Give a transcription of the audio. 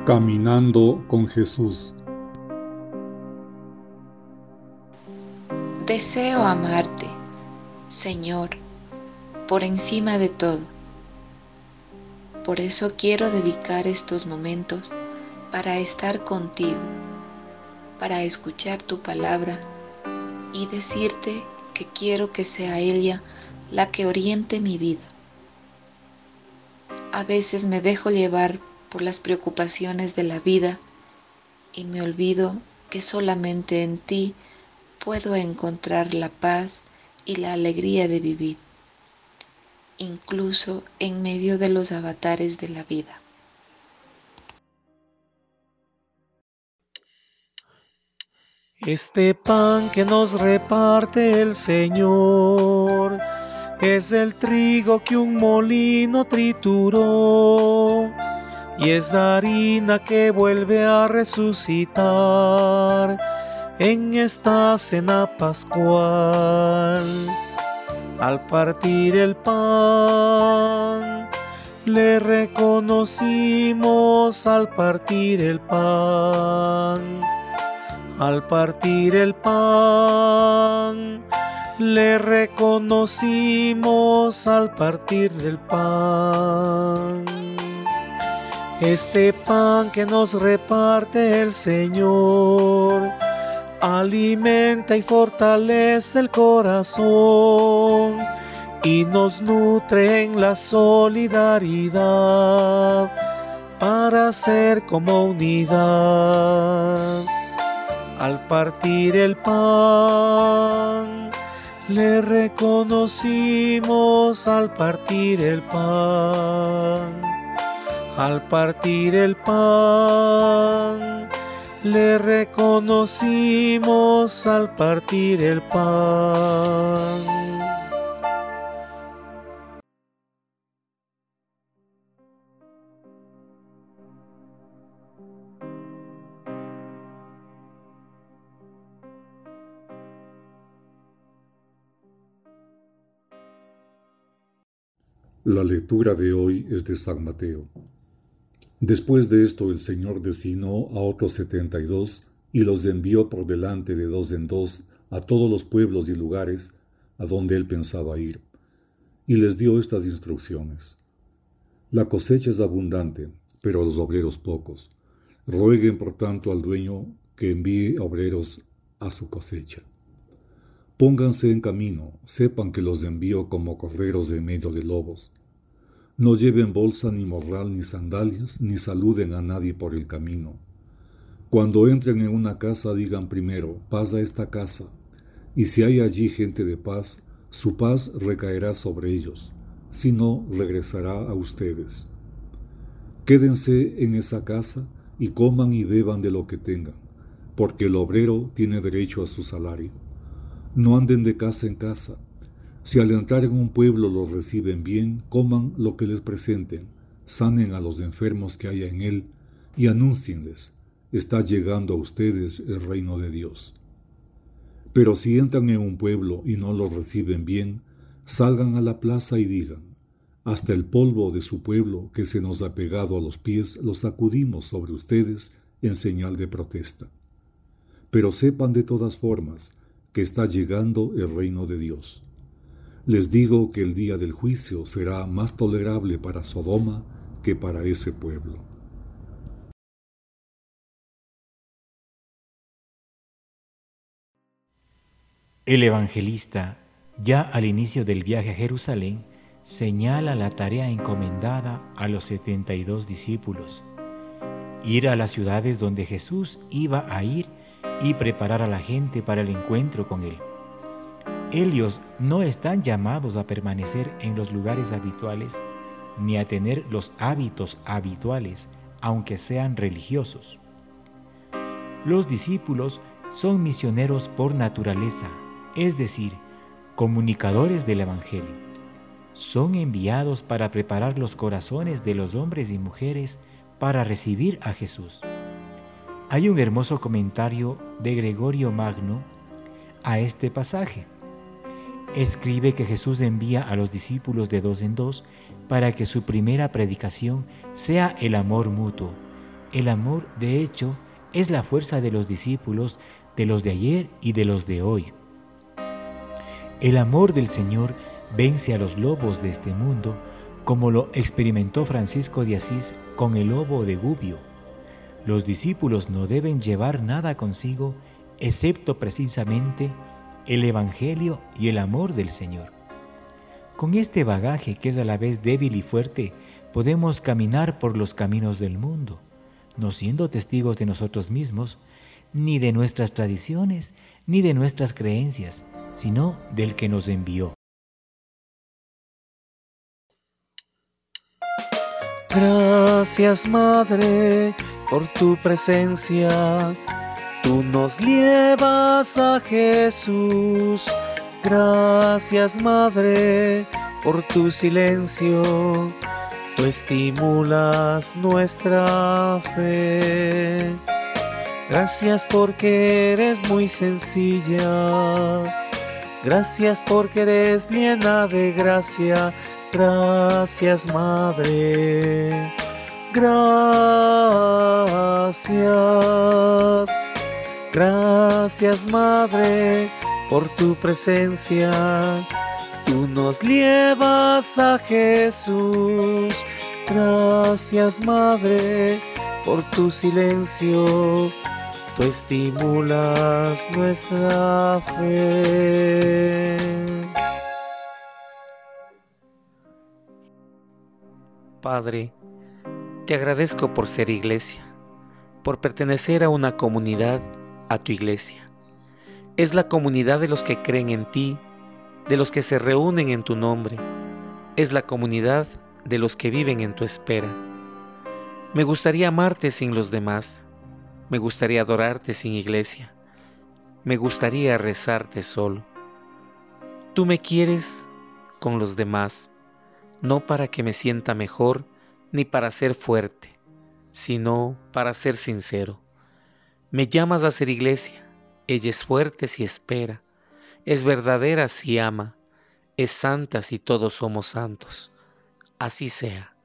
Caminando con Jesús. Deseo amarte, Señor, por encima de todo. Por eso quiero dedicar estos momentos para estar contigo, para escuchar tu palabra y decirte que quiero que sea ella la que oriente mi vida. A veces me dejo llevar por las preocupaciones de la vida y me olvido que solamente en ti puedo encontrar la paz y la alegría de vivir, incluso en medio de los avatares de la vida. Este pan que nos reparte el Señor es el trigo que un molino trituró y es harina que vuelve a resucitar en esta cena pascual. Al partir el pan, le reconocimos al partir el pan. Al partir el pan, le reconocimos al partir del pan. Este pan que nos reparte el Señor alimenta y fortalece el corazón y nos nutre en la solidaridad para ser como unidad. Al partir el pan, le reconocimos al partir el pan. Al partir el pan, le reconocimos al partir el pan. La lectura de hoy es de San Mateo. Después de esto el Señor designó a otros 72 y los envió por delante de dos en dos a todos los pueblos y lugares a donde él pensaba ir, y les dio estas instrucciones. La cosecha es abundante, pero los obreros pocos. Rueguen por tanto al dueño que envíe obreros a su cosecha. Pónganse en camino, sepan que los envío como corderos en medio de lobos. No lleven bolsa, ni morral, ni sandalias, ni saluden a nadie por el camino. Cuando entren en una casa, digan primero, paz a esta casa, y si hay allí gente de paz, su paz recaerá sobre ellos, si no, regresará a ustedes. Quédense en esa casa y coman y beban de lo que tengan, porque el obrero tiene derecho a su salario. No anden de casa en casa. Si al entrar en un pueblo los reciben bien, coman lo que les presenten, sanen a los enfermos que haya en él y anúncienles, está llegando a ustedes el reino de Dios. Pero si entran en un pueblo y no los reciben bien, salgan a la plaza y digan, hasta el polvo de su pueblo que se nos ha pegado a los pies lo sacudimos sobre ustedes en señal de protesta. Pero sepan de todas formas que está llegando el reino de Dios. Les digo que el día del juicio será más tolerable para Sodoma que para ese pueblo. El evangelista, ya al inicio del viaje a Jerusalén, señala la tarea encomendada a los 72 discípulos: ir a las ciudades donde Jesús iba a ir y preparar a la gente para el encuentro con Él. Ellos no están llamados a permanecer en los lugares habituales ni a tener los hábitos habituales, aunque sean religiosos. Los discípulos son misioneros por naturaleza, es decir, comunicadores del Evangelio. Son enviados para preparar los corazones de los hombres y mujeres para recibir a Jesús. Hay un hermoso comentario de Gregorio Magno a este pasaje. Escribe que Jesús envía a los discípulos de dos en dos para que su primera predicación sea el amor mutuo, El amor, de hecho, es la fuerza de los discípulos, de los de ayer y de los de hoy. El amor del Señor vence a los lobos de este mundo, como lo experimentó Francisco de Asís con el lobo de Gubbio. Los discípulos no deben llevar nada consigo, excepto precisamente el Evangelio y el amor del Señor. Con este bagaje, que es a la vez débil y fuerte, podemos caminar por los caminos del mundo, no siendo testigos de nosotros mismos, ni de nuestras tradiciones, ni de nuestras creencias, sino del que nos envió. Gracias, Madre, por tu presencia. Tú nos llevas a Jesús. Gracias, Madre, por tu silencio. Tú estimulas nuestra fe. Gracias porque eres muy sencilla. Gracias porque eres llena de gracia. Gracias, Madre. Gracias. Gracias, Madre, por tu presencia. Tú nos llevas a Jesús. Gracias, Madre, por tu silencio. Tú estimulas nuestra fe. Padre, te agradezco por ser iglesia, por pertenecer a una comunidad, a tu iglesia. Es la comunidad de los que creen en ti, de los que se reúnen en tu nombre. Es la comunidad de los que viven en tu espera. Me gustaría amarte sin los demás. Me gustaría adorarte sin iglesia. Me gustaría rezarte solo. Tú me quieres con los demás, no para que me sienta mejor ni para ser fuerte, sino para ser sincero. Me llamas a ser iglesia. Ella es fuerte si espera, es verdadera si ama, es santa si todos somos santos. Así sea.